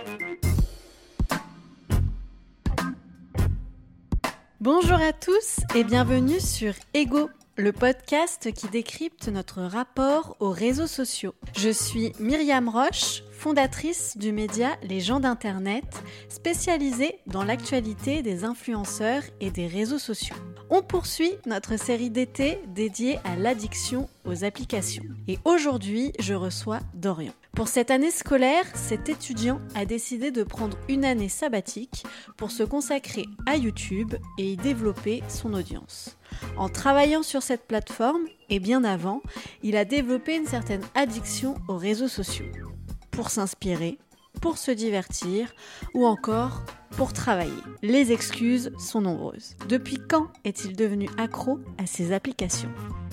Bonjour à tous et bienvenue sur Ego, le podcast qui décrypte notre rapport aux réseaux sociaux. Je suis Myriam Roche, fondatrice du média Les gens d'Internet, spécialisée dans l'actualité des influenceurs et des réseaux sociaux. On poursuit notre série d'été dédiée à l'addiction aux applications. Et aujourd'hui, je reçois Dorian. Pour cette année scolaire, cet étudiant a décidé de prendre une année sabbatique pour se consacrer à YouTube et y développer son audience. En travaillant sur cette plateforme, et bien avant, il a développé une certaine addiction aux réseaux sociaux. Pour s'inspirer, pour se divertir ou encore pour travailler. Les excuses sont nombreuses. Depuis quand est-il devenu accro à ces applications ?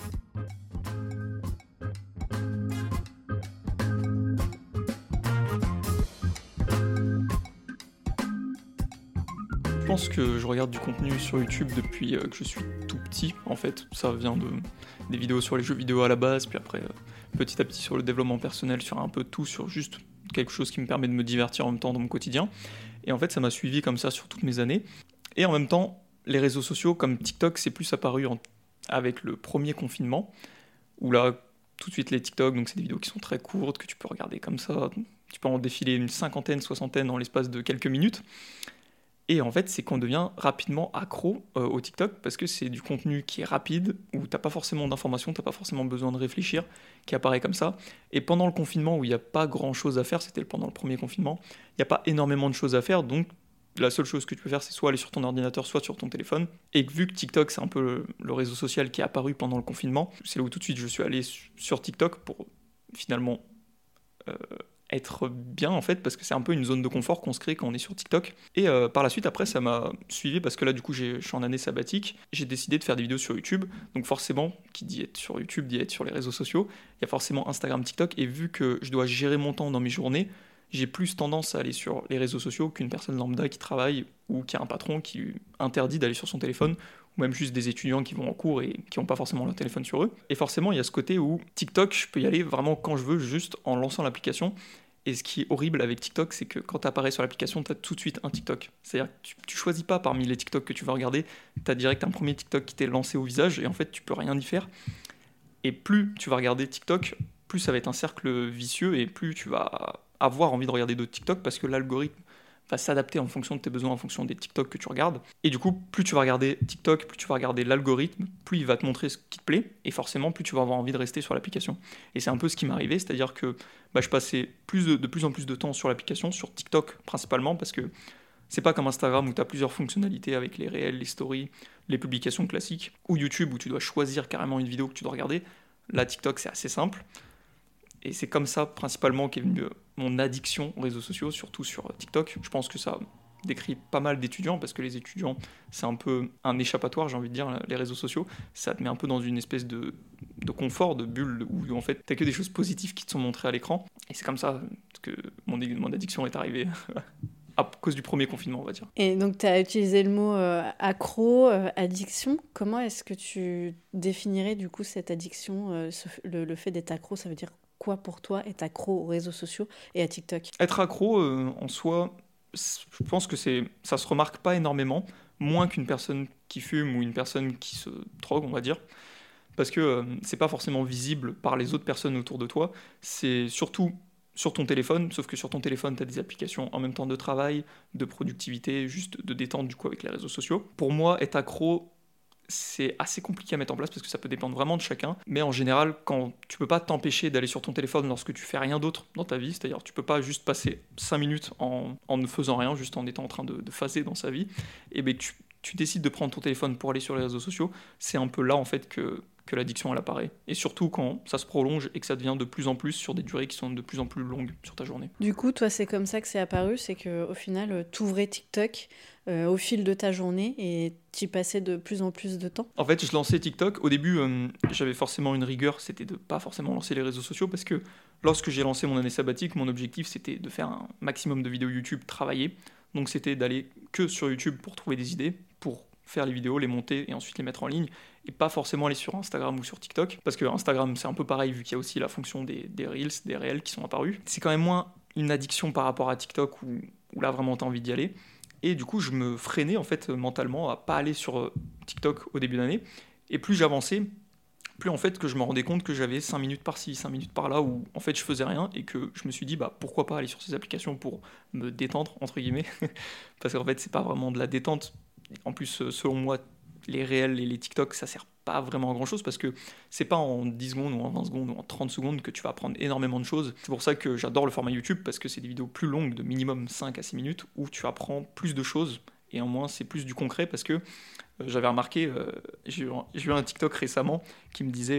Je pense que je regarde du contenu sur YouTube depuis que je suis tout petit. En fait, ça vient des vidéos sur les jeux vidéo à la base, puis après, petit à petit sur le développement personnel, sur un peu tout, sur juste quelque chose qui me permet de me divertir en même temps dans mon quotidien. Et en fait, ça m'a suivi comme ça sur toutes mes années. Et en même temps, les réseaux sociaux comme TikTok, c'est plus apparu avec le premier confinement, où là, tout de suite les TikTok, donc c'est des vidéos qui sont très courtes, que tu peux regarder comme ça. Tu peux en défiler une cinquantaine, soixantaine en l'espace de quelques minutes. Et en fait, c'est qu'on devient rapidement accro au TikTok parce que c'est du contenu qui est rapide, où t'as pas forcément d'informations, t'as pas forcément besoin de réfléchir, qui apparaît comme ça. Et pendant le confinement, où il n'y a pas grand-chose à faire, c'était pendant le premier confinement, il n'y a pas énormément de choses à faire, donc la seule chose que tu peux faire, c'est soit aller sur ton ordinateur, soit sur ton téléphone. Et vu que TikTok, c'est un peu le réseau social qui est apparu pendant le confinement, c'est là où tout de suite je suis allé sur TikTok pour finalement être bien en fait, parce que c'est un peu une zone de confort qu'on se crée quand on est sur TikTok. Et par la suite, après, ça m'a suivi parce que là, du coup, je suis en année sabbatique. J'ai décidé de faire des vidéos sur YouTube. Donc forcément, qui dit être sur YouTube, dit être sur les réseaux sociaux. Il y a forcément Instagram, TikTok. Et vu que je dois gérer mon temps dans mes journées, j'ai plus tendance à aller sur les réseaux sociaux qu'une personne lambda qui travaille ou qui a un patron qui lui interdit d'aller sur son téléphone, ou même juste des étudiants qui vont en cours et qui n'ont pas forcément leur téléphone sur eux. Et forcément, il y a ce côté où TikTok, je peux y aller vraiment quand je veux, juste en lançant l'application. Et ce qui est horrible avec TikTok, c'est que quand tu apparais sur l'application, tu as tout de suite un TikTok. C'est-à-dire que tu choisis pas parmi les TikTok que tu vas regarder, tu as direct un premier TikTok qui t'est lancé au visage, et en fait, tu peux rien y faire. Et plus tu vas regarder TikTok, plus ça va être un cercle vicieux, et plus tu vas avoir envie de regarder d'autres TikTok, parce que l'algorithme va s'adapter en fonction de tes besoins, en fonction des TikTok que tu regardes. Et du coup, plus tu vas regarder TikTok, plus tu vas regarder l'algorithme, plus il va te montrer ce qui te plaît, et forcément, plus tu vas avoir envie de rester sur l'application. Et c'est un peu ce qui m'est arrivé, c'est-à-dire que je passais de plus en plus de temps sur l'application, sur TikTok principalement, parce que c'est pas comme Instagram où tu as plusieurs fonctionnalités avec les réels, les stories, les publications classiques, ou YouTube où tu dois choisir carrément une vidéo que tu dois regarder. Là, TikTok, c'est assez simple. Et c'est comme ça, principalement, qu'est venue mon addiction aux réseaux sociaux, surtout sur TikTok. Je pense que ça décrit pas mal d'étudiants, parce que les étudiants, c'est un peu un échappatoire, j'ai envie de dire, les réseaux sociaux. Ça te met un peu dans une espèce de confort, de bulle, où en fait, t'as que des choses positives qui te sont montrées à l'écran. Et c'est comme ça que mon addiction est arrivée à cause du premier confinement, on va dire. Et donc, tu as utilisé le mot accro, addiction. Comment est-ce que tu définirais du coup cette addiction, le fait d'être accro, ça veut dire quoi pour toi être accro aux réseaux sociaux et à TikTok ? Être accro, en soi, je pense que ça se remarque pas énormément, moins qu'une personne qui fume ou une personne qui se drogue, on va dire, parce que c'est pas forcément visible par les autres personnes autour de toi, c'est surtout sur ton téléphone, sauf que sur ton téléphone, tu as des applications en même temps de travail, de productivité, juste de détente du coup avec les réseaux sociaux. Pour moi, être accro, c'est assez compliqué à mettre en place parce que ça peut dépendre vraiment de chacun. Mais en général, quand tu peux pas t'empêcher d'aller sur ton téléphone lorsque tu fais rien d'autre dans ta vie, c'est-à-dire tu peux pas juste passer 5 minutes en ne faisant rien, juste en étant en train de phaser dans sa vie, et ben tu décides de prendre ton téléphone pour aller sur les réseaux sociaux, c'est un peu là en fait que l'addiction elle apparaît. Et surtout quand ça se prolonge et que ça devient de plus en plus sur des durées qui sont de plus en plus longues sur ta journée. Du coup, toi, c'est comme ça que c'est apparu, c'est qu'au final, t'ouvrais TikTok au fil de ta journée et t'y passais de plus en plus de temps. En fait, je lançais TikTok. Au début, j'avais forcément une rigueur, c'était de pas forcément lancer les réseaux sociaux parce que lorsque j'ai lancé mon année sabbatique, mon objectif c'était de faire un maximum de vidéos YouTube travaillées. Donc c'était d'aller que sur YouTube pour trouver des idées, pour faire les vidéos, les monter et ensuite les mettre en ligne, et pas forcément aller sur Instagram ou sur TikTok, parce que Instagram c'est un peu pareil vu qu'il y a aussi la fonction des Reels, des réels qui sont apparus. C'est quand même moins une addiction par rapport à TikTok où là vraiment t'as envie d'y aller. Et du coup, je me freinais en fait mentalement à pas aller sur TikTok au début d'année. Et plus j'avançais, plus en fait que je me rendais compte que j'avais 5 minutes par-ci, 5 minutes par-là, où en fait je faisais rien, et que je me suis dit, bah pourquoi pas aller sur ces applications pour me détendre, entre guillemets, parce qu'en fait c'est pas vraiment de la détente. En plus, selon moi, les réels et les TikTok, ça sert pas vraiment à grand chose, parce que c'est pas en 10 secondes ou en 20 secondes ou en 30 secondes que tu vas apprendre énormément de choses. C'est pour ça que j'adore le format YouTube, parce que c'est des vidéos plus longues, de minimum 5 à 6 minutes, où tu apprends plus de choses, et en moins c'est plus du concret, parce que j'avais remarqué, j'ai eu un TikTok récemment qui me disait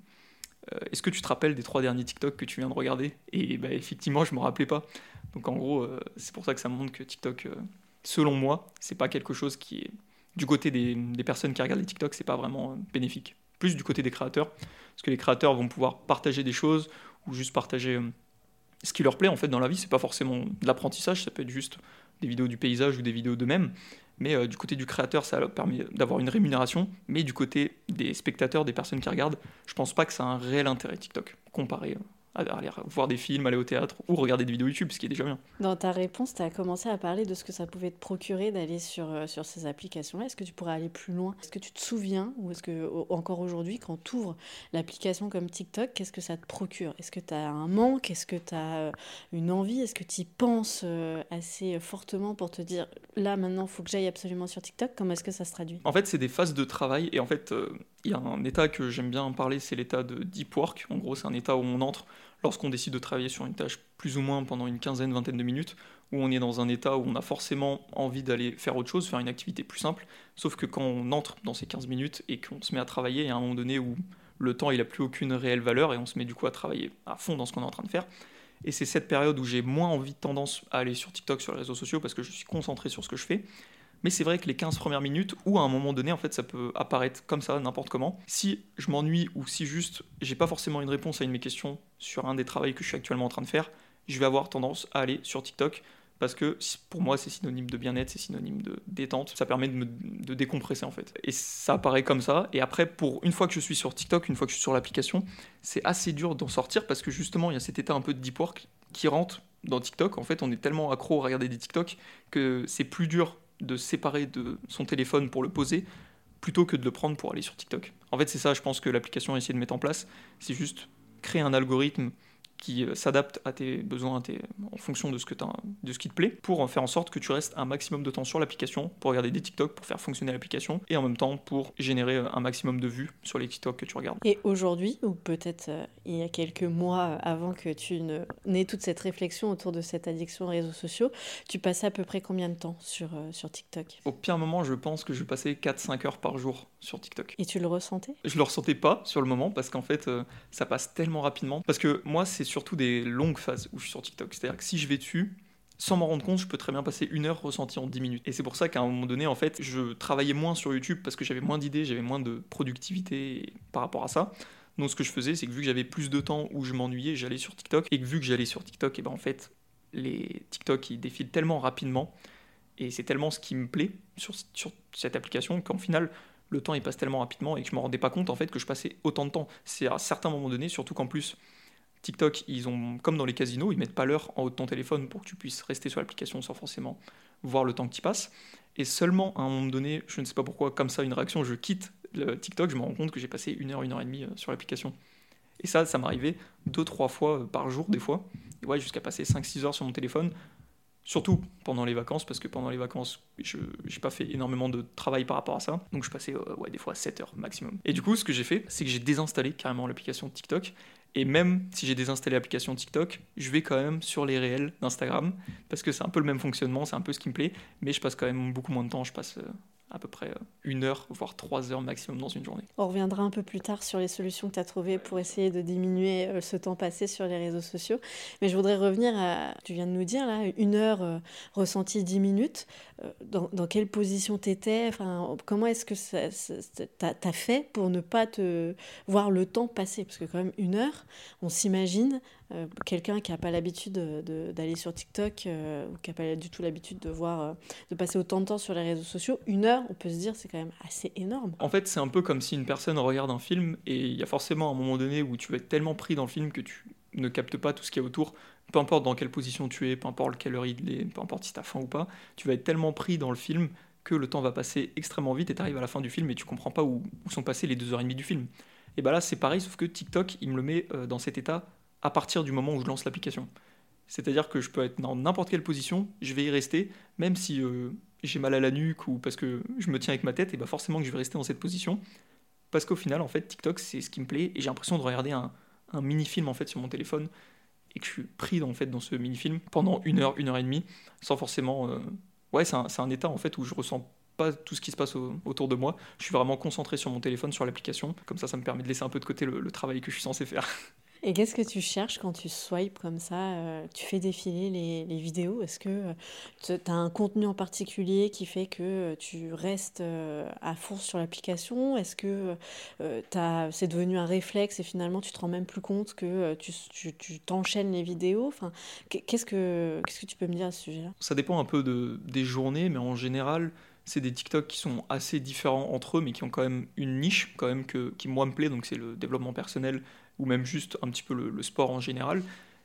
est-ce que tu te rappelles des 3 derniers TikTok que tu viens de regarder? Et bah, effectivement, je me rappelais pas. Donc en gros, c'est pour ça que ça me montre que TikTok, selon moi, c'est pas quelque chose qui est du côté des personnes qui regardent les TikTok, c'est pas vraiment bénéfique. Plus du côté des créateurs, parce que les créateurs vont pouvoir partager des choses ou juste partager ce qui leur plaît en fait dans la vie. C'est pas forcément de l'apprentissage, ça peut être juste des vidéos du paysage ou des vidéos d'eux-mêmes. Mais du côté du créateur, ça leur permet d'avoir une rémunération. Mais du côté des spectateurs, des personnes qui regardent, je pense pas que ça a un réel intérêt TikTok, comparé à aller voir des films, aller au théâtre ou regarder des vidéos YouTube, ce qui est déjà bien. Dans ta réponse, tu as commencé à parler de ce que ça pouvait te procurer d'aller sur ces applications-là. Est-ce que tu pourrais aller plus loin? Est-ce que tu te souviens, ou est-ce que encore aujourd'hui, quand tu ouvres l'application comme TikTok, qu'est-ce que ça te procure? Est-ce que tu as un manque? Est-ce que tu as une envie? Est-ce que tu y penses assez fortement pour te dire, là maintenant, il faut que j'aille absolument sur TikTok? Comment est-ce que ça se traduit? En fait, c'est des phases de travail, et en fait, il y a un état que j'aime bien parler, c'est l'état de deep work. En gros, c'est un état où on entre lorsqu'on décide de travailler sur une tâche plus ou moins pendant une quinzaine, vingtaine de minutes, où on est dans un état où on a forcément envie d'aller faire autre chose, faire une activité plus simple, sauf que quand on entre dans ces 15 minutes et qu'on se met à travailler, il y a un moment donné où le temps il a plus aucune réelle valeur, et on se met du coup à travailler à fond dans ce qu'on est en train de faire. Et c'est cette période où j'ai moins envie de tendance à aller sur TikTok, sur les réseaux sociaux, parce que je suis concentré sur ce que je fais. Mais c'est vrai que les 15 premières minutes, ou à un moment donné, en fait, ça peut apparaître comme ça, n'importe comment. Si je m'ennuie, ou si juste j'ai pas forcément une réponse à une de mes questions sur un des travaux que je suis actuellement en train de faire, je vais avoir tendance à aller sur TikTok, parce que pour moi, c'est synonyme de bien-être, c'est synonyme de détente. Ça permet de décompresser, en fait. Et ça apparaît comme ça. Et après, une fois que je suis sur TikTok, une fois que je suis sur l'application, c'est assez dur d'en sortir, parce que justement, il y a cet état un peu de deep work qui rentre dans TikTok. En fait, on est tellement accro à regarder des TikTok que c'est plus dur de se séparer de son téléphone pour le poser plutôt que de le prendre pour aller sur TikTok. En fait, c'est ça, je pense que l'application a essayé de mettre en place, c'est juste créer un algorithme qui s'adapte à tes besoins, en fonction de ce qui te plaît, pour faire en sorte que tu restes un maximum de temps sur l'application, pour regarder des TikTok, pour faire fonctionner l'application, et en même temps pour générer un maximum de vues sur les TikTok que tu regardes. Et aujourd'hui, ou peut-être il y a quelques mois avant que tu n'aies toute cette réflexion autour de cette addiction aux réseaux sociaux, tu passais à peu près combien de temps sur TikTok? Au pire moment, je pense que je passais 4-5 heures par jour sur TikTok. Et tu le ressentais? Je le ressentais pas sur le moment, parce qu'en fait, ça passe tellement rapidement. Parce que moi, c'est surtout des longues phases où je suis sur TikTok. C'est-à-dire que si je vais dessus, sans m'en rendre compte, je peux très bien passer 1 heure ressentie en 10 minutes. Et c'est pour ça qu'à un moment donné, en fait, je travaillais moins sur YouTube, parce que j'avais moins d'idées, j'avais moins de productivité par rapport à ça. Donc ce que je faisais, c'est que vu que j'avais plus de temps où je m'ennuyais, j'allais sur TikTok. Et que vu que j'allais sur TikTok, et ben en fait, les TikTok, ils défilent tellement rapidement, et c'est tellement ce qui me plaît sur cette application, qu'en final, le temps il passe tellement rapidement, et que je me rendais pas compte en fait que je passais autant de temps. C'est à certains moments donnés, surtout qu'en plus TikTok, ils ont, comme dans les casinos, ils mettent pas l'heure en haut de ton téléphone pour que tu puisses rester sur l'application sans forcément voir le temps que tu passes. Et seulement à un moment donné, je ne sais pas pourquoi, comme ça, une réaction, je quitte le TikTok, je me rends compte que j'ai passé 1 heure, 1 heure et demie sur l'application. Et ça m'arrivait 2-3 fois par jour, des fois. Et ouais, jusqu'à passer 5-6 heures sur mon téléphone. Surtout pendant les vacances, parce que pendant les vacances, je n'ai pas fait énormément de travail par rapport à ça. Donc je passais des fois 7 heures maximum. Et du coup, ce que j'ai fait, c'est que j'ai désinstallé carrément l'application TikTok. Et même si j'ai désinstallé l'application TikTok, je vais quand même sur les réels d'Instagram, parce que c'est un peu le même fonctionnement, c'est un peu ce qui me plaît, mais je passe quand même beaucoup moins de temps, je passe à peu près 1 heure, voire 3 heures maximum dans une journée. On reviendra un peu plus tard sur les solutions que tu as trouvées pour essayer de diminuer ce temps passé sur les réseaux sociaux. Mais je voudrais revenir à, tu viens de nous dire, là, 1 heure ressentie 10 minutes. Dans quelle position tu étais? Comment est-ce que t'as fait pour ne pas te voir le temps passer? Parce que quand même 1 heure, on s'imagine quelqu'un qui n'a pas l'habitude d'aller sur TikTok ou qui n'a pas du tout l'habitude de passer autant de temps sur les réseaux sociaux. 1 heure, on peut se dire, c'est quand même assez énorme. En fait, c'est un peu comme si une personne regarde un film, et il y a forcément un moment donné où tu vas être tellement pris dans le film que tu ne capte pas tout ce qu'il y a autour, peu importe dans quelle position tu es, peu importe quelle heure il est, peu importe si t'as faim ou pas, tu vas être tellement pris dans le film que le temps va passer extrêmement vite et t'arrives à la fin du film et tu comprends pas où sont passées les 2h30 du film. Et bah là c'est pareil, sauf que TikTok il me le met dans cet état à partir du moment où je lance l'application. C'est-à-dire que je peux être dans n'importe quelle position, je vais y rester, même si j'ai mal à la nuque ou parce que je me tiens avec ma tête, et bah forcément que je vais rester dans cette position. Parce qu'au final, en fait, TikTok, c'est ce qui me plaît, et j'ai l'impression de regarder un mini-film en fait sur mon téléphone, et que je suis pris en fait dans ce mini-film pendant 1 heure et demie, sans forcément. Ouais, c'est un état en fait où je ressens pas tout ce qui se passe autour de moi. Je suis vraiment concentré sur mon téléphone, sur l'application. Comme ça me permet de laisser un peu de côté le travail que je suis censé faire. Et qu'est-ce que tu cherches quand tu swipes comme ça tu fais défiler les vidéos? Est-ce que tu as un contenu en particulier qui fait que tu restes à fond sur l'application? Est-ce que c'est devenu un réflexe et finalement tu te rends même plus compte que tu t'enchaînes les vidéos? Enfin, qu'est-ce que tu peux me dire à ce sujet-là? Ça dépend un peu des journées, mais en général, c'est des TikTok qui sont assez différents entre eux, mais qui ont quand même une niche, quand même, qui moi me plaît, donc c'est le développement personnel, ou même juste un petit peu le sport en général.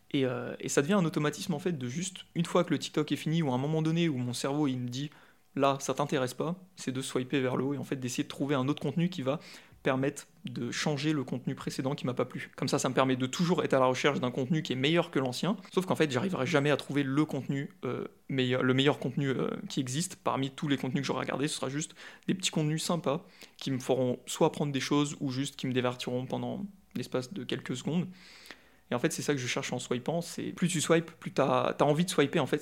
Et ça devient un automatisme en fait de juste, une fois que le TikTok est fini, ou à un moment donné où mon cerveau il me dit, là, ça t'intéresse pas, c'est de swiper vers le haut et en fait d'essayer de trouver un autre contenu qui va permettre de changer le contenu précédent qui m'a pas plu. Comme ça me permet de toujours être à la recherche d'un contenu qui est meilleur que l'ancien, sauf qu'en fait, j'arriverai jamais à trouver le contenu meilleur, le meilleur contenu qui existe parmi tous les contenus que j'aurai regardés. Ce sera juste des petits contenus sympas qui me feront soit apprendre des choses ou juste qui me divertiront pendant l'espace de quelques secondes. Et en fait, c'est ça que je cherche en swipant, c'est plus tu swipes, plus t'as envie de swiper. En fait,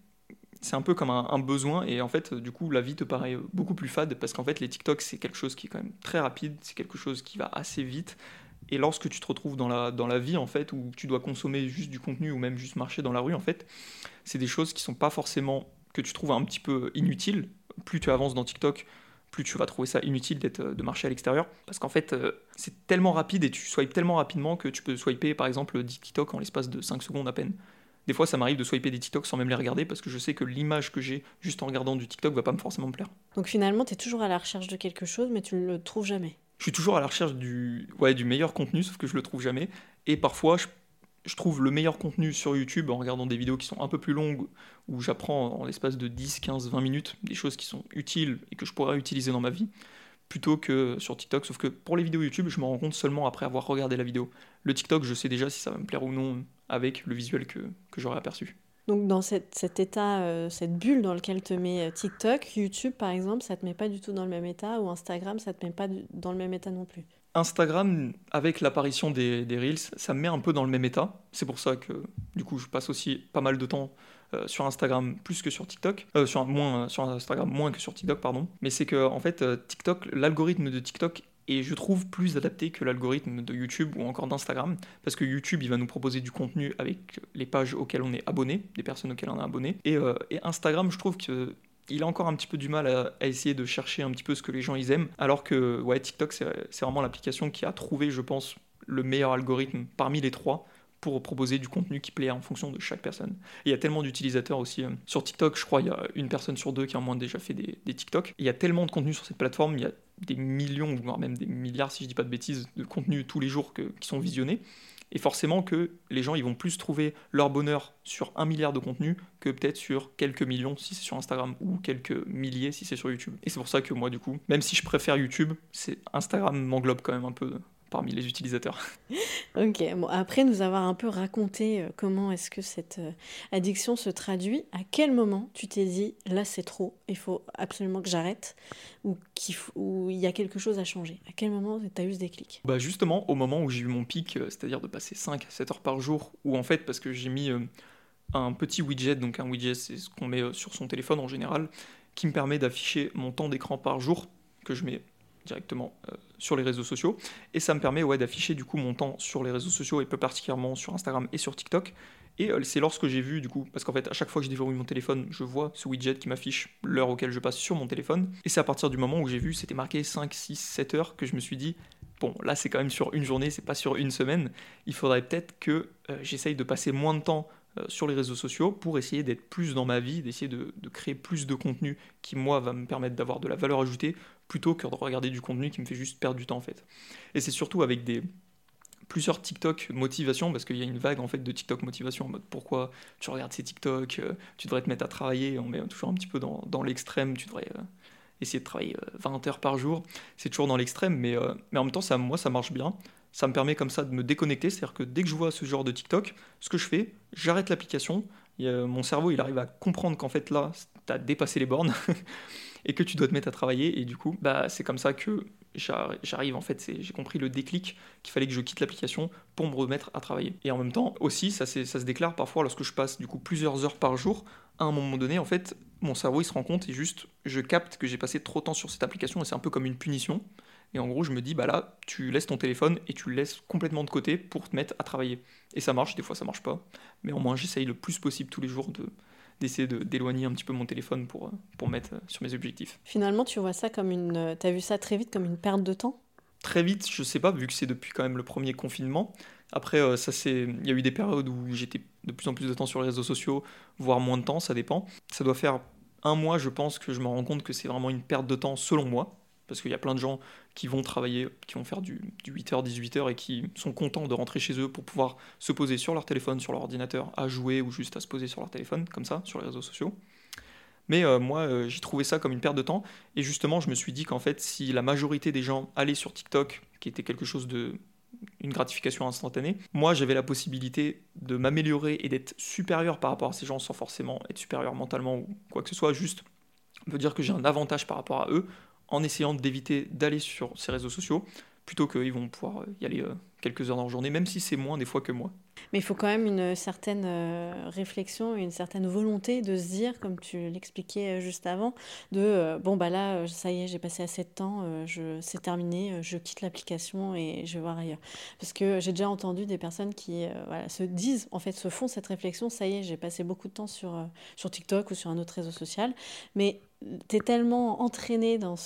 c'est un peu comme un besoin, et en fait du coup la vie te paraît beaucoup plus fade parce qu'en fait les TikTok c'est quelque chose qui est quand même très rapide, c'est quelque chose qui va assez vite, et lorsque tu te retrouves dans la vie en fait où tu dois consommer juste du contenu ou même juste marcher dans la rue en fait, c'est des choses qui sont pas forcément, que tu trouves un petit peu inutiles. Plus tu avances dans TikTok, plus tu vas trouver ça inutile de marcher à l'extérieur, parce qu'en fait c'est tellement rapide et tu swipes tellement rapidement que tu peux swiper par exemple 10 TikTok en l'espace de 5 secondes à peine. Des fois, ça m'arrive de swiper des TikTok sans même les regarder parce que je sais que l'image que j'ai juste en regardant du TikTok va pas forcément me plaire. Donc finalement, tu es toujours à la recherche de quelque chose, mais tu ne le trouves jamais. Je suis toujours à la recherche du meilleur contenu, sauf que je le trouve jamais. Et parfois, je trouve le meilleur contenu sur YouTube en regardant des vidéos qui sont un peu plus longues, où j'apprends en l'espace de 10, 15, 20 minutes des choses qui sont utiles et que je pourrais utiliser dans ma vie, plutôt que sur TikTok. Sauf que pour les vidéos YouTube, je me rends compte seulement après avoir regardé la vidéo. Le TikTok, je sais déjà si ça va me plaire ou non avec le visuel que j'aurais aperçu. Donc dans cet état, cette bulle dans lequel te met TikTok, YouTube par exemple, ça te met pas du tout dans le même état, ou Instagram, ça te met pas dans le même état non plus. Instagram, avec l'apparition des Reels, ça me met un peu dans le même état. C'est pour ça que du coup je passe aussi pas mal de temps sur Instagram plus que sur TikTok. Sur Instagram moins que sur TikTok, pardon. Mais c'est que en fait TikTok, l'algorithme de TikTok est, je trouve, plus adapté que l'algorithme de YouTube ou encore d'Instagram, parce que YouTube il va nous proposer du contenu avec les pages auxquelles on est abonné, des personnes auxquelles on est abonné, et Instagram, je trouve que il a encore un petit peu du mal à essayer de chercher un petit peu ce que les gens ils aiment, alors que ouais, TikTok c'est vraiment l'application qui a trouvé, je pense, le meilleur algorithme parmi les trois pour proposer du contenu qui plaît en fonction de chaque personne. Et il y a tellement d'utilisateurs aussi. Sur TikTok, je crois, il y a une personne sur deux qui a au moins déjà fait des TikTok. Il y a tellement de contenu sur cette plateforme, il y a des millions, voire même des milliards, si je dis pas de bêtises, de contenus tous les jours qui sont visionnés. Et forcément que les gens ils vont plus trouver leur bonheur sur 1 milliard de contenus que peut-être sur quelques millions si c'est sur Instagram, ou quelques milliers si c'est sur YouTube. Et c'est pour ça que moi du coup, même si je préfère YouTube, Instagram m'englobe quand même un peu parmi les utilisateurs. Ok, bon, après nous avoir un peu raconté comment est-ce que cette addiction se traduit, à quel moment tu t'es dit là c'est trop, il faut absolument que j'arrête, ou il y a quelque chose à changer? À quel moment tu as eu ce déclic? Bah justement, au moment où j'ai eu mon pic, c'est-à-dire de passer 5 à 7 heures par jour, où en fait, parce que j'ai mis un petit widget, donc un widget c'est ce qu'on met sur son téléphone en général, qui me permet d'afficher mon temps d'écran par jour, que je mets directement sur les réseaux sociaux, et ça me permet d'afficher du coup mon temps sur les réseaux sociaux, et plus particulièrement sur Instagram et sur TikTok. Et c'est lorsque j'ai vu du coup, parce qu'en fait à chaque fois que je déverrouille mon téléphone, je vois ce widget qui m'affiche l'heure auquel je passe sur mon téléphone, et c'est à partir du moment où j'ai vu c'était marqué 5, 6, 7 heures que je me suis dit bon là c'est quand même sur une journée, c'est pas sur une semaine, il faudrait peut-être que j'essaye de passer moins de temps sur les réseaux sociaux pour essayer d'être plus dans ma vie, d'essayer de créer plus de contenu qui moi va me permettre d'avoir de la valeur ajoutée, plutôt que de regarder du contenu qui me fait juste perdre du temps en fait. Et c'est surtout avec plusieurs TikTok motivation, parce qu'il y a une vague en fait de TikTok motivation, en mode pourquoi tu regardes ces TikTok, tu devrais te mettre à travailler, on met toujours un petit peu dans l'extrême, tu devrais essayer de travailler 20 heures par jour, c'est toujours dans l'extrême, mais en même temps moi ça marche bien, ça me permet comme ça de me déconnecter, c'est-à-dire que dès que je vois ce genre de TikTok, ce que je fais, j'arrête l'application, mon cerveau il arrive à comprendre qu'en fait là, tu as dépassé les bornes, et que tu dois te mettre à travailler, et du coup, c'est comme ça que j'arrive, en fait, j'ai compris le déclic qu'il fallait que je quitte l'application pour me remettre à travailler. Et en même temps, aussi, ça se déclare parfois lorsque je passe du coup plusieurs heures par jour, à un moment donné, en fait, mon cerveau il se rend compte et juste, je capte que j'ai passé trop de temps sur cette application et c'est un peu comme une punition. Et en gros, je me dis, là, tu laisses ton téléphone et tu le laisses complètement de côté pour te mettre à travailler. Et ça marche, des fois ça marche pas, mais au moins j'essaye le plus possible tous les jours d'essayer d'éloigner un petit peu mon téléphone pour me mettre sur mes objectifs. Finalement, tu vois ça comme t'as vu ça très vite comme une perte de temps ? Très vite, je sais pas, vu que c'est depuis quand même le premier confinement. Après, il y a eu des périodes où j'étais de plus en plus de temps sur les réseaux sociaux, voire moins de temps, ça dépend. Ça doit faire un mois, je pense, que je me rends compte que c'est vraiment une perte de temps selon moi. Parce qu'il y a plein de gens qui vont travailler, qui vont faire du 8h, 18h et qui sont contents de rentrer chez eux pour pouvoir se poser sur leur téléphone, sur leur ordinateur, à jouer ou juste à se poser sur leur téléphone, comme ça, sur les réseaux sociaux. Mais moi, j'ai trouvé ça comme une perte de temps. Et justement, je me suis dit qu'en fait, si la majorité des gens allaient sur TikTok, qui était quelque chose une gratification instantanée, moi, j'avais la possibilité de m'améliorer et d'être supérieur par rapport à ces gens sans forcément être supérieur mentalement ou quoi que ce soit, juste me dire que j'ai un avantage par rapport à eux en essayant d'éviter d'aller sur ces réseaux sociaux, plutôt qu'ils vont pouvoir y aller quelques heures dans la journée, même si c'est moins des fois que moi. Mais il faut quand même une certaine réflexion, une certaine volonté de se dire, comme tu l'expliquais juste avant, là, ça y est, j'ai passé assez de temps, c'est terminé, je quitte l'application et je vais voir ailleurs. Parce que j'ai déjà entendu des personnes qui se font cette réflexion, ça y est, j'ai passé beaucoup de temps sur TikTok ou sur un autre réseau social, mais t'es tellement entraîné dans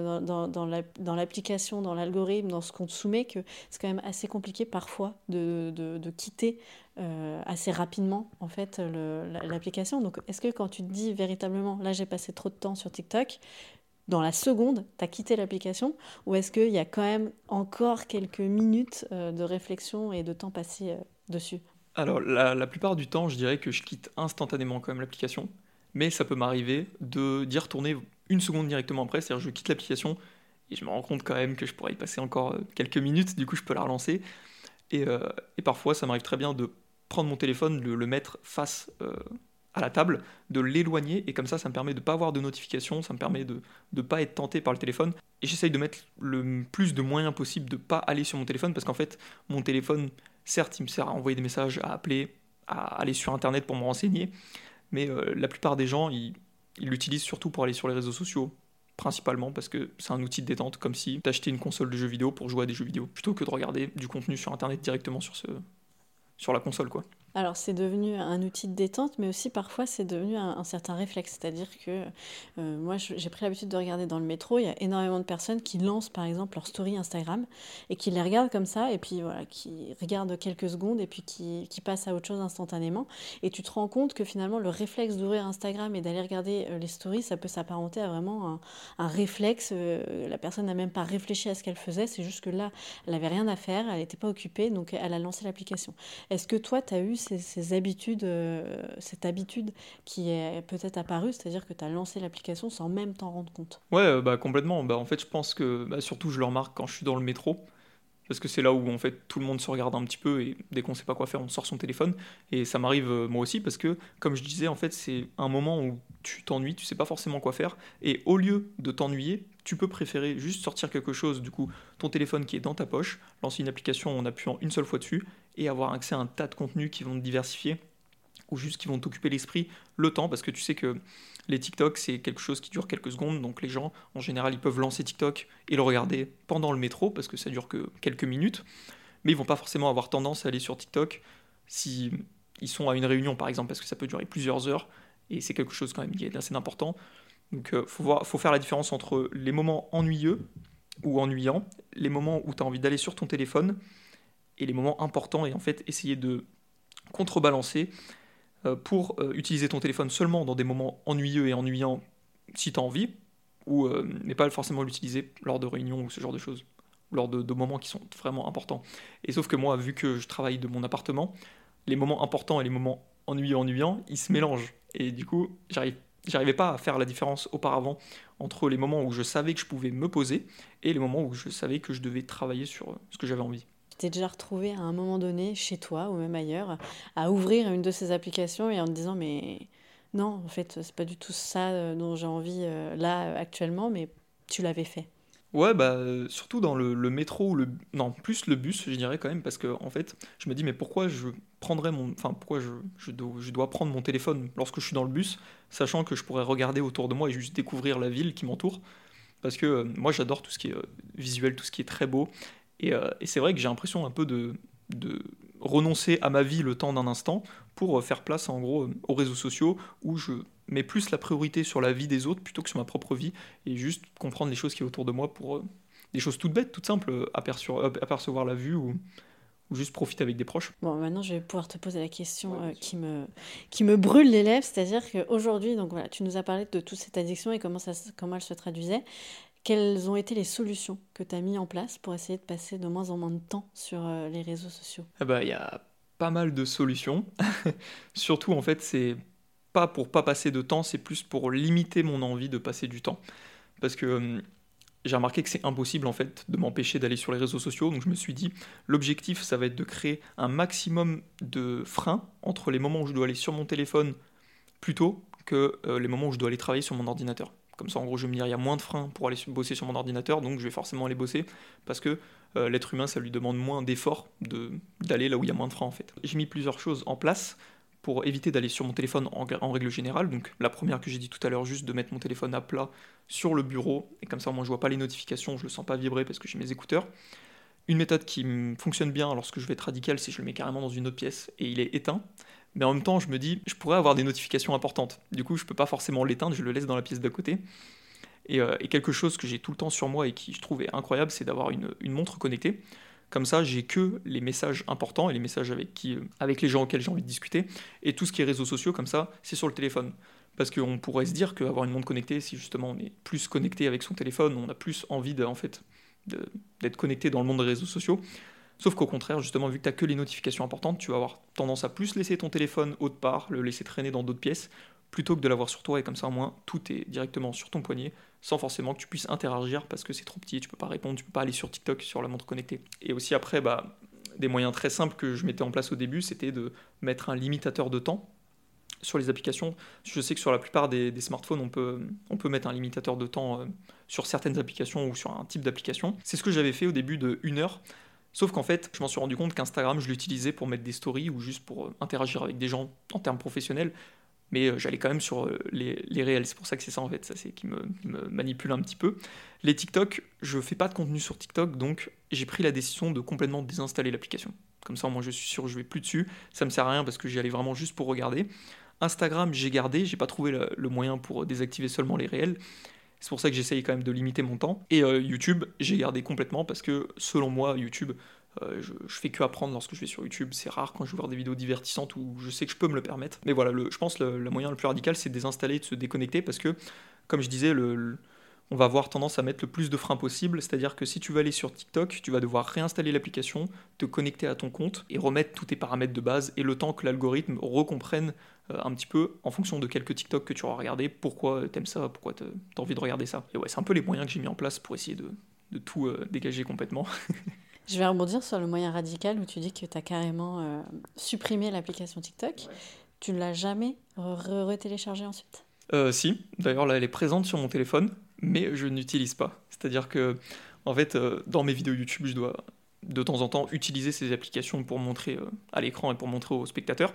l'application, dans l'algorithme, dans ce qu'on te soumet, que c'est quand même assez compliqué parfois de quitter assez rapidement en fait l'application. Donc est-ce que quand tu te dis véritablement là j'ai passé trop de temps sur TikTok, dans la seconde tu as quitté l'application, ou est-ce qu'il y a quand même encore quelques minutes de réflexion et de temps passé dessus ? Alors la plupart du temps je dirais que je quitte instantanément quand même l'application, mais ça peut m'arriver d'y retourner une seconde directement après, c'est-à-dire je quitte l'application et je me rends compte quand même que je pourrais y passer encore quelques minutes, du coup je peux la relancer. Et parfois, ça m'arrive très bien de prendre mon téléphone, de le mettre face à la table, de l'éloigner, et comme ça me permet de ne pas avoir de notifications, ça me permet de ne pas être tenté par le téléphone. Et j'essaye de mettre le plus de moyens possible de ne pas aller sur mon téléphone, parce qu'en fait, mon téléphone, certes, il me sert à envoyer des messages, à appeler, à aller sur Internet pour me renseigner, mais la plupart des gens, ils l'utilisent surtout pour aller sur les réseaux sociaux, principalement parce que c'est un outil de détente, comme si t'achetais une console de jeux vidéo pour jouer à des jeux vidéo, plutôt que de regarder du contenu sur Internet directement sur la console, quoi. Alors c'est devenu un outil de détente, mais aussi parfois c'est devenu un certain réflexe. C'est-à-dire que moi j'ai pris l'habitude de regarder dans le métro, il y a énormément de personnes qui lancent par exemple leur story Instagram et qui les regardent comme ça, et puis voilà, qui regardent quelques secondes et puis qui passent à autre chose instantanément. Et tu te rends compte que finalement le réflexe d'ouvrir Instagram et d'aller regarder les stories, ça peut s'apparenter à vraiment un réflexe. La personne n'a même pas réfléchi à ce qu'elle faisait, c'est juste que là, elle n'avait rien à faire, elle n'était pas occupée, donc elle a lancé l'application. Est-ce que toi, tu as eu ces habitudes, cette habitude qui est peut-être apparue, c'est-à-dire que tu as lancé l'application sans même t'en rendre compte ? Ouais, complètement. En fait, je pense que surtout je le remarque quand je suis dans le métro, parce que c'est là où en fait tout le monde se regarde un petit peu et dès qu'on sait pas quoi faire, on sort son téléphone. Et ça m'arrive moi aussi parce que, comme je disais, en fait, c'est un moment où tu t'ennuies, tu sais pas forcément quoi faire. Et au lieu de t'ennuyer, tu peux préférer juste sortir quelque chose, du coup, ton téléphone qui est dans ta poche, lancer une application en appuyant une seule fois dessus et avoir accès à un tas de contenus qui vont te diversifier ou juste qui vont t'occuper l'esprit le temps, parce que tu sais que les TikTok, c'est quelque chose qui dure quelques secondes, donc les gens, en général, ils peuvent lancer TikTok et le regarder pendant le métro, parce que ça dure que quelques minutes, mais ils vont pas forcément avoir tendance à aller sur TikTok si ils sont à une réunion, par exemple, parce que ça peut durer plusieurs heures, et c'est quelque chose quand même qui est assez important. Donc faut faire la différence entre les moments ennuyeux ou ennuyants, les moments où tu as envie d'aller sur ton téléphone, et les moments importants, et en fait essayer de contrebalancer pour utiliser ton téléphone seulement dans des moments ennuyeux et ennuyants si tu as envie, ou mais pas forcément l'utiliser lors de réunions ou ce genre de choses. lors de moments qui sont vraiment importants. Et sauf que moi, vu que je travaille de mon appartement, les moments importants et les moments ennuyants, ils se mélangent. Et du coup, j'arrivais pas à faire la différence auparavant entre les moments où je savais que je pouvais me poser et les moments où je savais que je devais travailler sur ce que j'avais envie. Tu t'es déjà retrouvé à un moment donné, chez toi ou même ailleurs, à ouvrir une de ces applications et en te disant mais non, en fait, c'est pas du tout ça dont j'ai envie là actuellement, mais tu l'avais fait. Ouais, surtout dans le métro ou non, plus le bus, je dirais quand même, parce que en fait, je me dis, mais pourquoi je dois prendre mon téléphone lorsque je suis dans le bus, sachant que je pourrais regarder autour de moi et juste découvrir la ville qui m'entoure. Parce que moi, j'adore tout ce qui est visuel, tout ce qui est très beau. Et c'est vrai que j'ai l'impression un peu de renoncer à ma vie le temps d'un instant pour faire place, en gros, aux réseaux sociaux où je mets plus la priorité sur la vie des autres plutôt que sur ma propre vie et juste comprendre les choses qui sont autour de moi pour des choses toutes bêtes, toutes simples, apercevoir la vue ou juste profiter avec des proches. Bon, maintenant, je vais pouvoir te poser la question qui me brûle les lèvres, c'est-à-dire qu'aujourd'hui, donc voilà, tu nous as parlé de toute cette addiction et comment elle se traduisait. Quelles ont été les solutions que tu as mis en place pour essayer de passer de moins en moins de temps sur les réseaux sociaux? Ah bah, il y a pas mal de solutions. Surtout, en fait, c'est pas pour pas passer de temps, c'est plus pour limiter mon envie de passer du temps. Parce que j'ai remarqué que c'est impossible en fait de m'empêcher d'aller sur les réseaux sociaux, donc je me suis dit l'objectif ça va être de créer un maximum de freins entre les moments où je dois aller sur mon téléphone plutôt que les moments où je dois aller travailler sur mon ordinateur. Comme ça en gros je vais me dire il y a moins de freins pour aller bosser sur mon ordinateur, donc je vais forcément aller bosser parce que l'être humain ça lui demande moins d'efforts d'aller là où il y a moins de freins en fait. J'ai mis plusieurs choses en place pour éviter d'aller sur mon téléphone en règle générale. Donc la première que j'ai dit tout à l'heure, juste de mettre mon téléphone à plat sur le bureau, et comme ça moi je vois pas les notifications, je le sens pas vibrer parce que j'ai mes écouteurs. Une méthode qui fonctionne bien lorsque je vais être radical, c'est que je le mets carrément dans une autre pièce et il est éteint. Mais en même temps, je me dis, je pourrais avoir des notifications importantes. Du coup, je peux pas forcément l'éteindre, je le laisse dans la pièce d'à côté. Et quelque chose que j'ai tout le temps sur moi et qui je trouvais incroyable, c'est d'avoir une montre connectée. Comme ça, j'ai que les messages importants et les messages avec les gens auxquels j'ai envie de discuter. Et tout ce qui est réseaux sociaux, comme ça, c'est sur le téléphone. Parce qu'on pourrait se dire qu'avoir une montre connectée, si justement on est plus connecté avec son téléphone, on a plus envie d'être connecté dans le monde des réseaux sociaux. Sauf qu'au contraire, justement, vu que tu n'as que les notifications importantes, tu vas avoir tendance à plus laisser ton téléphone autre part, le laisser traîner dans d'autres pièces, plutôt que de l'avoir sur toi. Et comme ça, au moins, tout est directement sur ton poignet, sans forcément que tu puisses interagir parce que c'est trop petit, tu peux pas répondre, tu peux pas aller sur TikTok sur la montre connectée. Et aussi après, des moyens très simples que je mettais en place au début, c'était de mettre un limitateur de temps sur les applications. Je sais que sur la plupart des smartphones, on peut mettre un limitateur de temps sur certaines applications ou sur un type d'application. C'est ce que j'avais fait au début de 1 heure. Sauf qu'en fait, je m'en suis rendu compte qu'Instagram, je l'utilisais pour mettre des stories ou juste pour interagir avec des gens en termes professionnels. Mais j'allais quand même sur les réels, c'est pour ça que c'est ça en fait, ça c'est qui me manipule un petit peu. Les TikTok, je fais pas de contenu sur TikTok, donc j'ai pris la décision de complètement désinstaller l'application. Comme ça, moi je suis sûr que je vais plus dessus, ça me sert à rien parce que j'y allais vraiment juste pour regarder. Instagram, j'ai gardé, j'ai pas trouvé le moyen pour désactiver seulement les réels. C'est pour ça que j'essaye quand même de limiter mon temps. Et YouTube, j'ai gardé complètement parce que selon moi, YouTube, je fais que apprendre lorsque je vais sur YouTube. C'est rare quand je vais voir des vidéos divertissantes où je sais que je peux me le permettre. Mais voilà, je pense que le moyen le plus radical, c'est de désinstaller et de se déconnecter parce que, comme je disais, on va avoir tendance à mettre le plus de freins possible. C'est-à-dire que si tu vas aller sur TikTok, tu vas devoir réinstaller l'application, te connecter à ton compte et remettre tous tes paramètres de base. Et le temps que l'algorithme recomprenne un petit peu, en fonction de quelques TikTok que tu auras regardé, pourquoi t'aimes ça, pourquoi t'as envie de regarder ça. Et ouais, c'est un peu les moyens que j'ai mis en place pour essayer de tout dégager complètement. Je vais rebondir sur le moyen radical où tu dis que tu as carrément supprimé l'application TikTok. Ouais. Tu ne l'as jamais retéléchargée ensuite? Si, d'ailleurs là elle est présente sur mon téléphone, mais je n'utilise pas. C'est-à-dire que, en fait, dans mes vidéos YouTube, je dois de temps en temps utiliser ces applications pour montrer à l'écran et pour montrer aux spectateurs.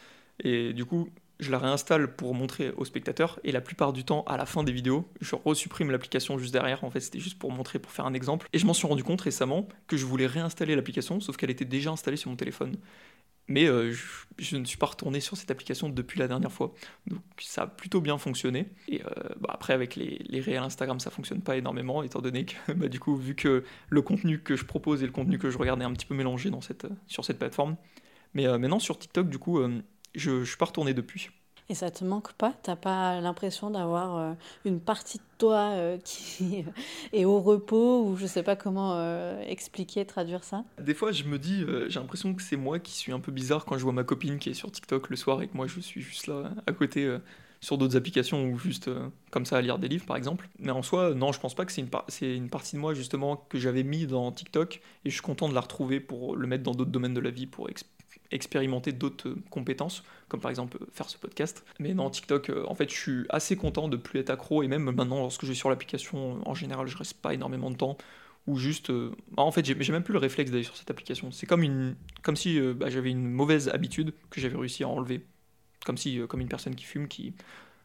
Et du coup, je la réinstalle pour montrer aux spectateurs, et la plupart du temps, à la fin des vidéos, je resupprime l'application juste derrière. En fait, c'était juste pour montrer, pour faire un exemple. Et je m'en suis rendu compte récemment que je voulais réinstaller l'application, sauf qu'elle était déjà installée sur mon téléphone. Mais je ne suis pas retourné sur cette application depuis la dernière fois. Donc ça a plutôt bien fonctionné. Et après, avec les réels Instagram, ça fonctionne pas énormément, étant donné que, du coup, vu que le contenu que je propose et le contenu que je regarde est un petit peu mélangé sur cette plateforme. Mais maintenant, sur TikTok, du coup, je suis pas retourné depuis. Et ça te manque pas? T'as pas l'impression d'avoir une partie de toi qui est au repos ou je sais pas comment expliquer, traduire ça? Des fois, je me dis, j'ai l'impression que c'est moi qui suis un peu bizarre quand je vois ma copine qui est sur TikTok le soir et que moi je suis juste là à côté sur d'autres applications ou juste comme ça à lire des livres par exemple. Mais en soi, non, je pense pas que c'est une partie de moi justement que j'avais mis dans TikTok et je suis content de la retrouver pour le mettre dans d'autres domaines de la vie, pour expérimenter d'autres compétences, comme par exemple faire ce podcast. Mais non, TikTok, en fait, je suis assez content de plus être accro et même maintenant, lorsque je suis sur l'application, en général, je reste pas énormément de temps ou juste en fait j'ai même plus le réflexe d'aller sur cette application, c'est comme si j'avais une mauvaise habitude que j'avais réussi à enlever, comme une personne qui fume qui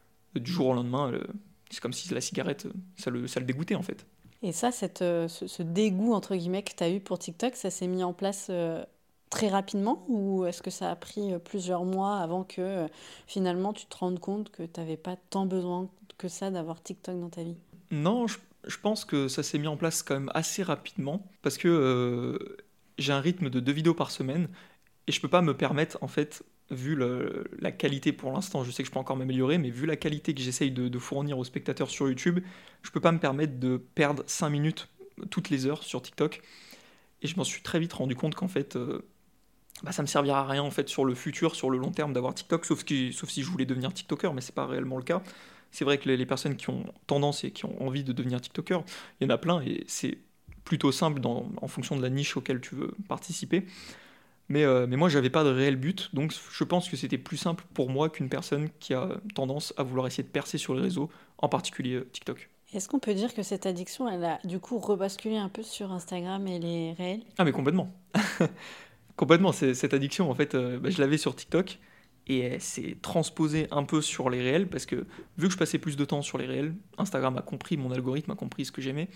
du jour au lendemain c'est comme si la cigarette ça le dégoûtait en fait. Et ça, ce dégoût, entre guillemets, que tu as eu pour TikTok, ça s'est mis en place très rapidement ou est-ce que ça a pris plusieurs mois avant que finalement tu te rendes compte que tu n'avais pas tant besoin que ça d'avoir TikTok dans ta vie? Non, je pense que ça s'est mis en place quand même assez rapidement parce que j'ai un rythme de 2 vidéos par semaine et je peux pas me permettre en fait, vu la qualité pour l'instant, je sais que je peux encore m'améliorer, mais vu la qualité que j'essaye de fournir aux spectateurs sur YouTube, je peux pas me permettre de perdre 5 minutes toutes les heures sur TikTok. Et je m'en suis très vite rendu compte qu'en fait, ça me servira à rien en fait sur le futur, sur le long terme d'avoir TikTok, sauf si je voulais devenir TikToker, mais c'est pas réellement le cas. C'est vrai que les personnes qui ont tendance et qui ont envie de devenir TikToker, il y en a plein et c'est plutôt simple en fonction de la niche auquel tu veux participer. Mais moi, j'avais pas de réel but, donc je pense que c'était plus simple pour moi qu'une personne qui a tendance à vouloir essayer de percer sur les réseaux, en particulier TikTok. Est-ce qu'on peut dire que cette addiction, elle a du coup rebasculé un peu sur Instagram et les réels? Ah mais complètement. Complètement, cette addiction, en fait, je l'avais sur TikTok et elle s'est transposée un peu sur les réels parce que vu que je passais plus de temps sur les réels, Instagram a compris, mon algorithme a compris ce que j'aimais.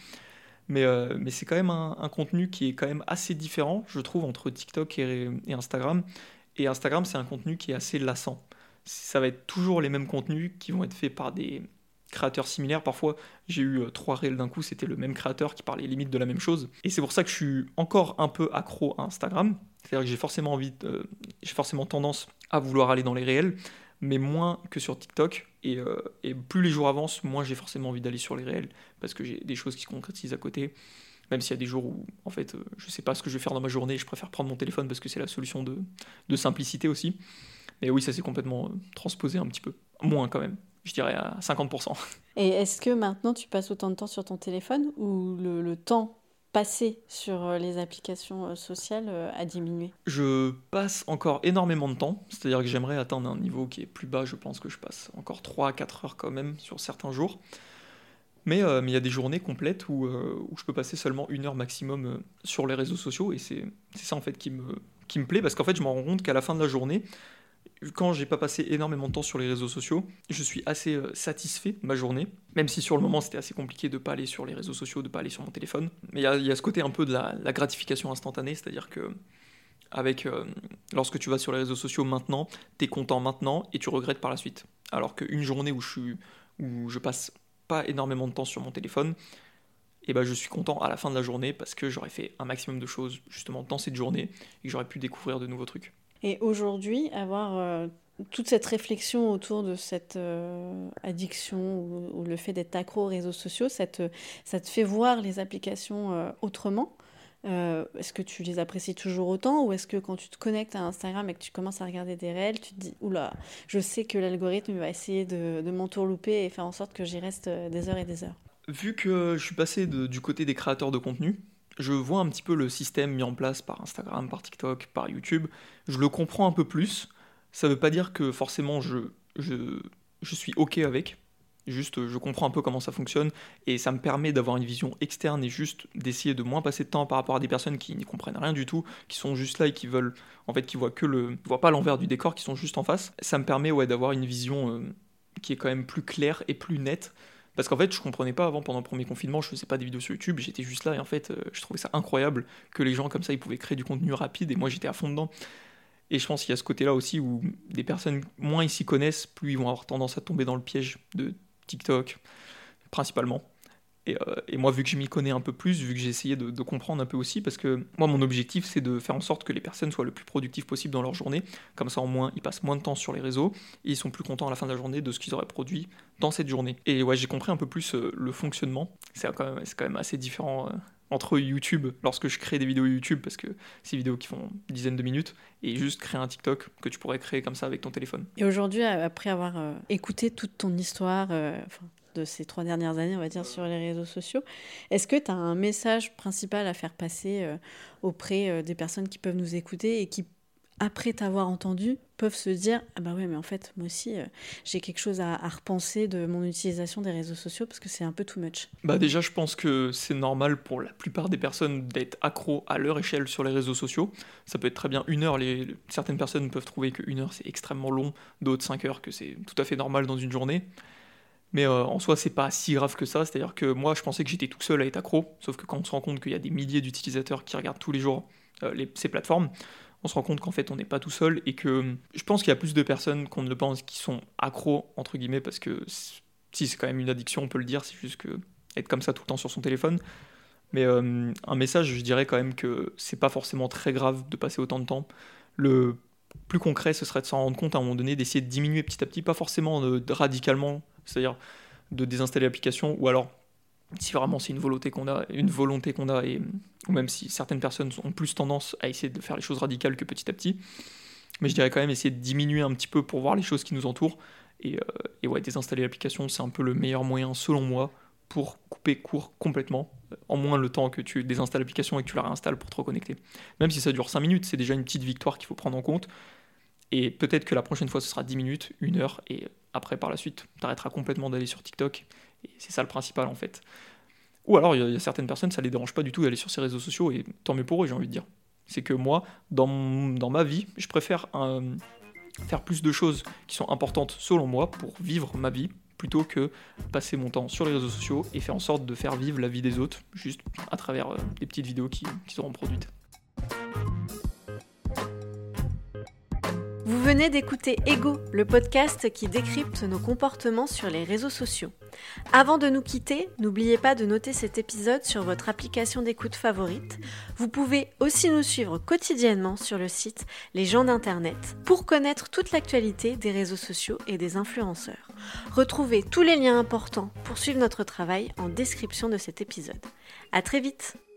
Mais c'est quand même un contenu qui est quand même assez différent, je trouve, entre TikTok et Instagram. Et Instagram, c'est un contenu qui est assez lassant. Ça va être toujours les mêmes contenus qui vont être faits par des créateurs similaires. Parfois, j'ai eu 3 réels d'un coup, c'était le même créateur qui parlait limite de la même chose. Et c'est pour ça que je suis encore un peu accro à Instagram. C'est-à-dire que j'ai forcément tendance à vouloir aller dans les réels, mais moins que sur TikTok. Et plus les jours avancent, moins j'ai forcément envie d'aller sur les réels, parce que j'ai des choses qui se concrétisent à côté. Même s'il y a des jours où, en fait, je sais pas ce que je vais faire dans ma journée, je préfère prendre mon téléphone parce que c'est la solution de simplicité aussi. Mais oui, ça s'est complètement transposé un petit peu. Moins quand même, je dirais à 50%. Et est-ce que maintenant tu passes autant de temps sur ton téléphone ou le temps passé sur les applications sociales a diminué? Je passe encore énormément de temps, c'est-à-dire que j'aimerais atteindre un niveau qui est plus bas, je pense que je passe encore 3 à 4 heures quand même sur certains jours. Mais il y a des journées complètes où je peux passer seulement 1 heure maximum sur les réseaux sociaux et c'est ça en fait qui me plaît parce qu'en fait je me rends compte qu'à la fin de la journée, quand j'ai pas passé énormément de temps sur les réseaux sociaux, je suis assez satisfait de ma journée, même si sur le moment c'était assez compliqué de pas aller sur les réseaux sociaux, de pas aller sur mon téléphone. Mais il y a ce côté un peu de la gratification instantanée, c'est-à-dire que lorsque tu vas sur les réseaux sociaux maintenant, t'es content maintenant et tu regrettes par la suite. Alors qu'une journée où je passe pas énormément de temps sur mon téléphone, et je suis content à la fin de la journée parce que j'aurais fait un maximum de choses justement dans cette journée et que j'aurais pu découvrir de nouveaux trucs. Et aujourd'hui, avoir toute cette réflexion autour de cette addiction ou le fait d'être accro aux réseaux sociaux, ça te fait voir les applications autrement? Est-ce que tu les apprécies toujours autant ou est-ce que quand tu te connectes à Instagram et que tu commences à regarder des réels, tu te dis oula, je sais que l'algorithme va essayer de m'entourlouper et faire en sorte que j'y reste des heures et des heures. Vu que je suis passé du côté des créateurs de contenu, je vois un petit peu le système mis en place par Instagram, par TikTok, par YouTube. Je le comprends un peu plus. Ça veut pas dire que forcément je suis OK avec. Juste, je comprends un peu comment ça fonctionne et ça me permet d'avoir une vision externe et juste d'essayer de moins passer de temps par rapport à des personnes qui n'y comprennent rien du tout, qui sont juste là et qui veulent, en fait, qui voient pas l'envers du décor, qui sont juste en face. Ça me permet, ouais, d'avoir une vision qui est quand même plus claire et plus nette. Parce qu'en fait, je comprenais pas avant, pendant le premier confinement, je faisais pas des vidéos sur YouTube, j'étais juste là et en fait, je trouvais ça incroyable que les gens comme ça, ils pouvaient créer du contenu rapide et moi j'étais à fond dedans. Et je pense qu'il y a ce côté-là aussi où des personnes, moins ils s'y connaissent, plus ils vont avoir tendance à tomber dans le piège de TikTok, principalement. Et moi, vu que je m'y connais un peu plus, vu que j'ai essayé de comprendre un peu aussi, parce que moi, mon objectif, c'est de faire en sorte que les personnes soient le plus productives possible dans leur journée. Comme ça, au moins, ils passent moins de temps sur les réseaux et ils sont plus contents à la fin de la journée de ce qu'ils auraient produit dans cette journée. Et ouais, j'ai compris un peu plus le fonctionnement. C'est quand même assez différent entre YouTube, lorsque je crée des vidéos YouTube, parce que c'est des vidéos qui font une dizaine de minutes, et juste créer un TikTok que tu pourrais créer comme ça avec ton téléphone. Et aujourd'hui, après avoir écouté toute ton histoire, de ces 3 dernières années, on va dire, sur les réseaux sociaux, est-ce que tu as un message principal à faire passer auprès des personnes qui peuvent nous écouter et qui, après t'avoir entendu, peuvent se dire « Ah bah ouais, mais en fait, moi aussi, j'ai quelque chose à repenser de mon utilisation des réseaux sociaux parce que c'est un peu too much. » Bah déjà, je pense que c'est normal pour la plupart des personnes d'être accro à leur échelle sur les réseaux sociaux. Ça peut être très bien 1 heure. Certaines personnes peuvent trouver que 1 heure, c'est extrêmement long, d'autres 5 heures, que c'est tout à fait normal dans une journée. Mais en soi, c'est pas si grave que ça. C'est-à-dire que moi, je pensais que j'étais tout seul à être accro. Sauf que quand on se rend compte qu'il y a des milliers d'utilisateurs qui regardent tous les jours ces plateformes, on se rend compte qu'en fait, on n'est pas tout seul. Et que je pense qu'il y a plus de personnes qu'on ne le pense qui sont accros, entre guillemets, parce que si c'est quand même une addiction, on peut le dire. C'est juste que être comme ça tout le temps sur son téléphone. Mais un message, je dirais quand même que c'est pas forcément très grave de passer autant de temps. Le plus concret, ce serait de s'en rendre compte à un moment donné, d'essayer de diminuer petit à petit, pas forcément radicalement, c'est-à-dire de désinstaller l'application, ou alors si vraiment c'est une volonté qu'on a, ou même si certaines personnes ont plus tendance à essayer de faire les choses radicales que petit à petit, mais je dirais quand même essayer de diminuer un petit peu pour voir les choses qui nous entourent, et ouais, désinstaller l'application, c'est un peu le meilleur moyen, selon moi, pour couper court complètement, en moins le temps que tu désinstalles l'application et que tu la réinstalles pour te reconnecter. Même si ça dure 5 minutes, c'est déjà une petite victoire qu'il faut prendre en compte, et peut-être que la prochaine fois ce sera 10 minutes, 1 heure, et après par la suite, tu arrêteras complètement d'aller sur TikTok, et c'est ça le principal en fait. Ou alors il y a certaines personnes, ça les dérange pas du tout d'aller sur ces réseaux sociaux, et tant mieux pour eux, j'ai envie de dire. C'est que moi, dans ma vie, je préfère faire plus de choses qui sont importantes selon moi pour vivre ma vie, plutôt que passer mon temps sur les réseaux sociaux et faire en sorte de faire vivre la vie des autres, juste à travers des petites vidéos qui seront produites. Vous venez d'écouter Ego, le podcast qui décrypte nos comportements sur les réseaux sociaux. Avant de nous quitter, n'oubliez pas de noter cet épisode sur votre application d'écoute favorite. Vous pouvez aussi nous suivre quotidiennement sur le site Les gens d'Internet pour connaître toute l'actualité des réseaux sociaux et des influenceurs. Retrouvez tous les liens importants pour suivre notre travail en description de cet épisode. À très vite!